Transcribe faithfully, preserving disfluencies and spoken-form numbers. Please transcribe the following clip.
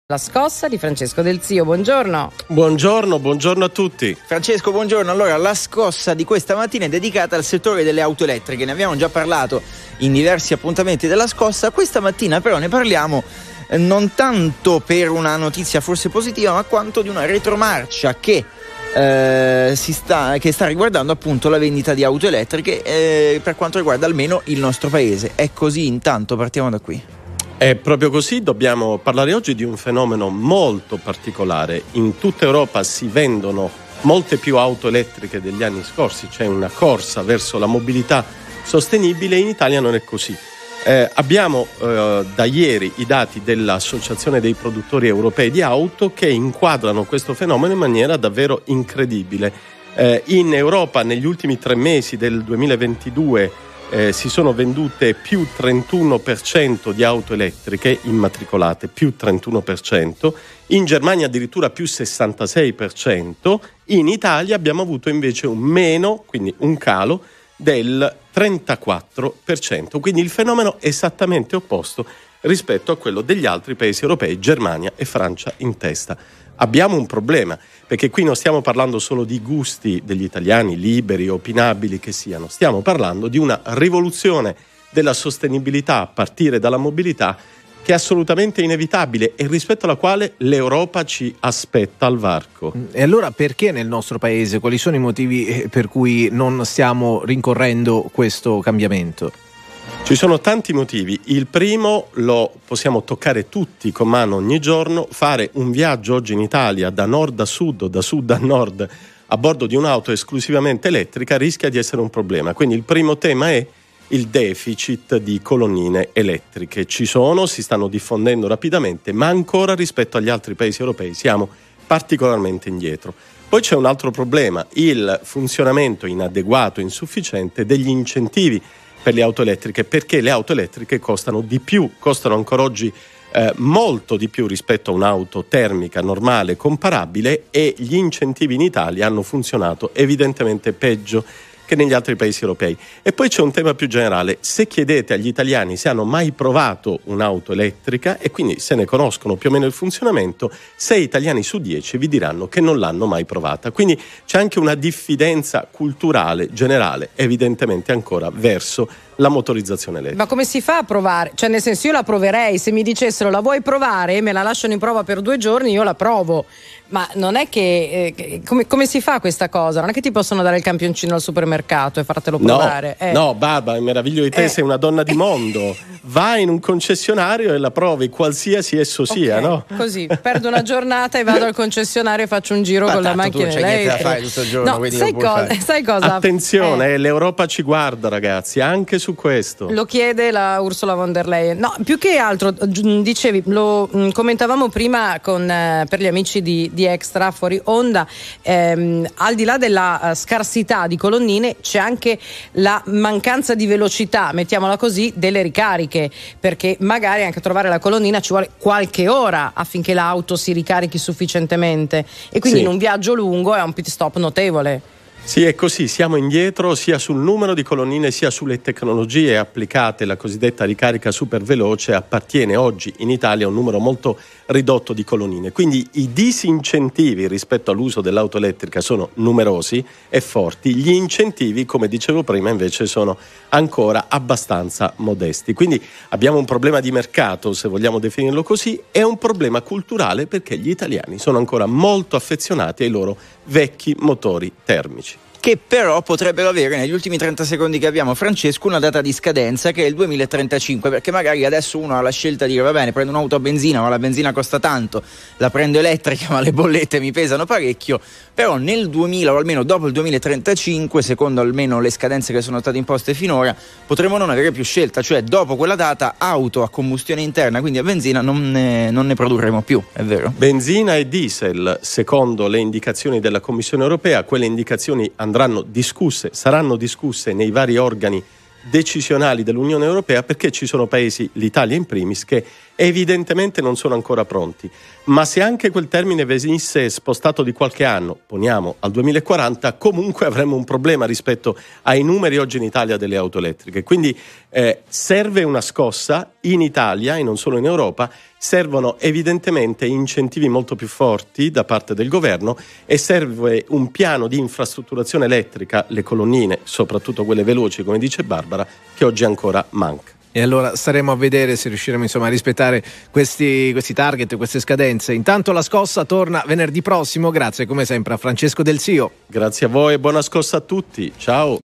La scossa di Francesco Del Zio, buongiorno. Buongiorno, buongiorno a tutti. Francesco, buongiorno. Allora, la scossa di questa mattina è dedicata al settore delle auto elettriche. Ne abbiamo già parlato in diversi appuntamenti della scossa. Questa mattina però ne parliamo eh, non tanto per una notizia forse positiva, ma quanto di una retromarcia che, eh, si sta, che sta riguardando appunto la vendita di auto elettriche eh, per quanto riguarda almeno il nostro paese. È così, intanto partiamo da qui. È proprio così, dobbiamo parlare oggi di un fenomeno molto particolare. In tutta Europa si vendono molte più auto elettriche degli anni scorsi, c'è una corsa verso la mobilità sostenibile, in Italia non è così. Eh, abbiamo eh, da ieri i dati dell'Associazione dei produttori europei di auto che inquadrano questo fenomeno in maniera davvero incredibile. Eh, in Europa negli ultimi tre mesi del duemilaventidue Eh, si sono vendute più trentuno per cento di auto elettriche immatricolate, più trentuno per cento, in Germania addirittura più sessantasei per cento, in Italia abbiamo avuto invece un meno, quindi un calo del trentaquattro per cento, quindi il fenomeno è esattamente opposto rispetto a quello degli altri paesi europei, Germania e Francia in testa. Abbiamo un problema, perché qui non stiamo parlando solo di gusti degli italiani, liberi, opinabili che siano, stiamo parlando di una rivoluzione della sostenibilità a partire dalla mobilità che è assolutamente inevitabile e rispetto alla quale l'Europa ci aspetta al varco. E allora perché nel nostro paese, quali sono i motivi per cui non stiamo rincorrendo questo cambiamento? Ci sono tanti motivi. Il primo lo possiamo toccare tutti con mano ogni giorno. Fare un viaggio oggi in Italia da nord a sud o da sud a nord a bordo di un'auto esclusivamente elettrica rischia di essere un problema. Quindi il primo tema è il deficit di colonnine elettriche. Ci sono, si stanno diffondendo rapidamente, ma ancora rispetto agli altri paesi europei siamo particolarmente indietro. Poi c'è un altro problema, il funzionamento inadeguato, insufficiente degli incentivi per le auto elettriche, perché le auto elettriche costano di più, costano ancora oggi eh, molto di più rispetto a un'auto termica normale comparabile, e gli incentivi in Italia hanno funzionato evidentemente peggio che negli altri paesi europei. E poi c'è un tema più generale: se chiedete agli italiani se hanno mai provato un'auto elettrica e quindi se ne conoscono più o meno il funzionamento, sei italiani su dieci vi diranno che non l'hanno mai provata. Quindi c'è anche una diffidenza culturale generale evidentemente ancora verso la motorizzazione elettrica. Ma come si fa a provare? Cioè, nel senso, io la proverei, se mi dicessero la vuoi provare, me la lasciano in prova per due giorni, io la provo. Ma non è che eh, come, come si fa questa cosa? Non è che ti possono dare il campioncino al supermercato e fartelo provare. No, eh. no, Barbara, meraviglio di te, eh. sei una donna di mondo. Vai in un concessionario e la provi, qualsiasi esso okay, sia, no? Così, perdo una giornata e vado al concessionario e faccio un giro ma con la macchina elettrica. Tu c'è niente da fare tutto il giorno, no, sai, cosa, sai cosa? Attenzione, eh. l'Europa ci guarda, ragazzi, anche su questo. Lo chiede la Ursula von der Leyen. No, più che altro, dicevi, lo mh, commentavamo prima con, eh, per gli amici di, di Extra fuori onda, ehm, al di là della uh, scarsità di colonnine c'è anche la mancanza di velocità, mettiamola così, delle ricariche, perché magari anche trovare la colonnina ci vuole qualche ora affinché l'auto si ricarichi sufficientemente, e quindi sì, in un viaggio lungo è un pit stop notevole. Sì, è così, siamo indietro sia sul numero di colonnine sia sulle tecnologie applicate. La cosiddetta ricarica super veloce appartiene oggi in Italia a un numero molto ridotto di colonnine, quindi i disincentivi rispetto all'uso dell'auto elettrica sono numerosi e forti, gli incentivi, come dicevo prima, invece sono ancora abbastanza modesti. Quindi abbiamo un problema di mercato, se vogliamo definirlo così, e un problema culturale, perché gli italiani sono ancora molto affezionati ai loro vecchi motori termici, che però potrebbero avere negli ultimi trenta secondi che abbiamo, Francesco, una data di scadenza che è il duemilatrentacinque, perché magari adesso uno ha la scelta di dire va bene, prendo un'auto a benzina, ma la benzina costa tanto, la prendo elettrica ma le bollette mi pesano parecchio, però nel duemila o almeno dopo il duemilatrentacinque, secondo almeno le scadenze che sono state imposte finora, potremo non avere più scelta, cioè dopo quella data auto a combustione interna, quindi a benzina, non ne, non ne produrremo più, è vero? Benzina e diesel, secondo le indicazioni della Commissione europea, quelle indicazioni andranno andranno discusse, saranno discusse nei vari organi decisionali dell'Unione Europea, perché ci sono paesi, l'Italia in primis, che evidentemente non sono ancora pronti. Ma se anche quel termine venisse spostato di qualche anno, poniamo al duemilaquaranta, comunque avremo un problema rispetto ai numeri oggi in Italia delle auto elettriche. Quindi eh, serve una scossa in Italia e non solo in Europa. Servono evidentemente incentivi molto più forti da parte del governo e serve un piano di infrastrutturazione elettrica, le colonnine, soprattutto quelle veloci, come dice Barbara, che oggi ancora manca. E allora staremo a vedere se riusciremo insomma a rispettare questi, questi target, queste scadenze. Intanto la scossa torna venerdì prossimo. Grazie come sempre a Francesco Del Sio. Grazie a voi e buona scossa a tutti. Ciao.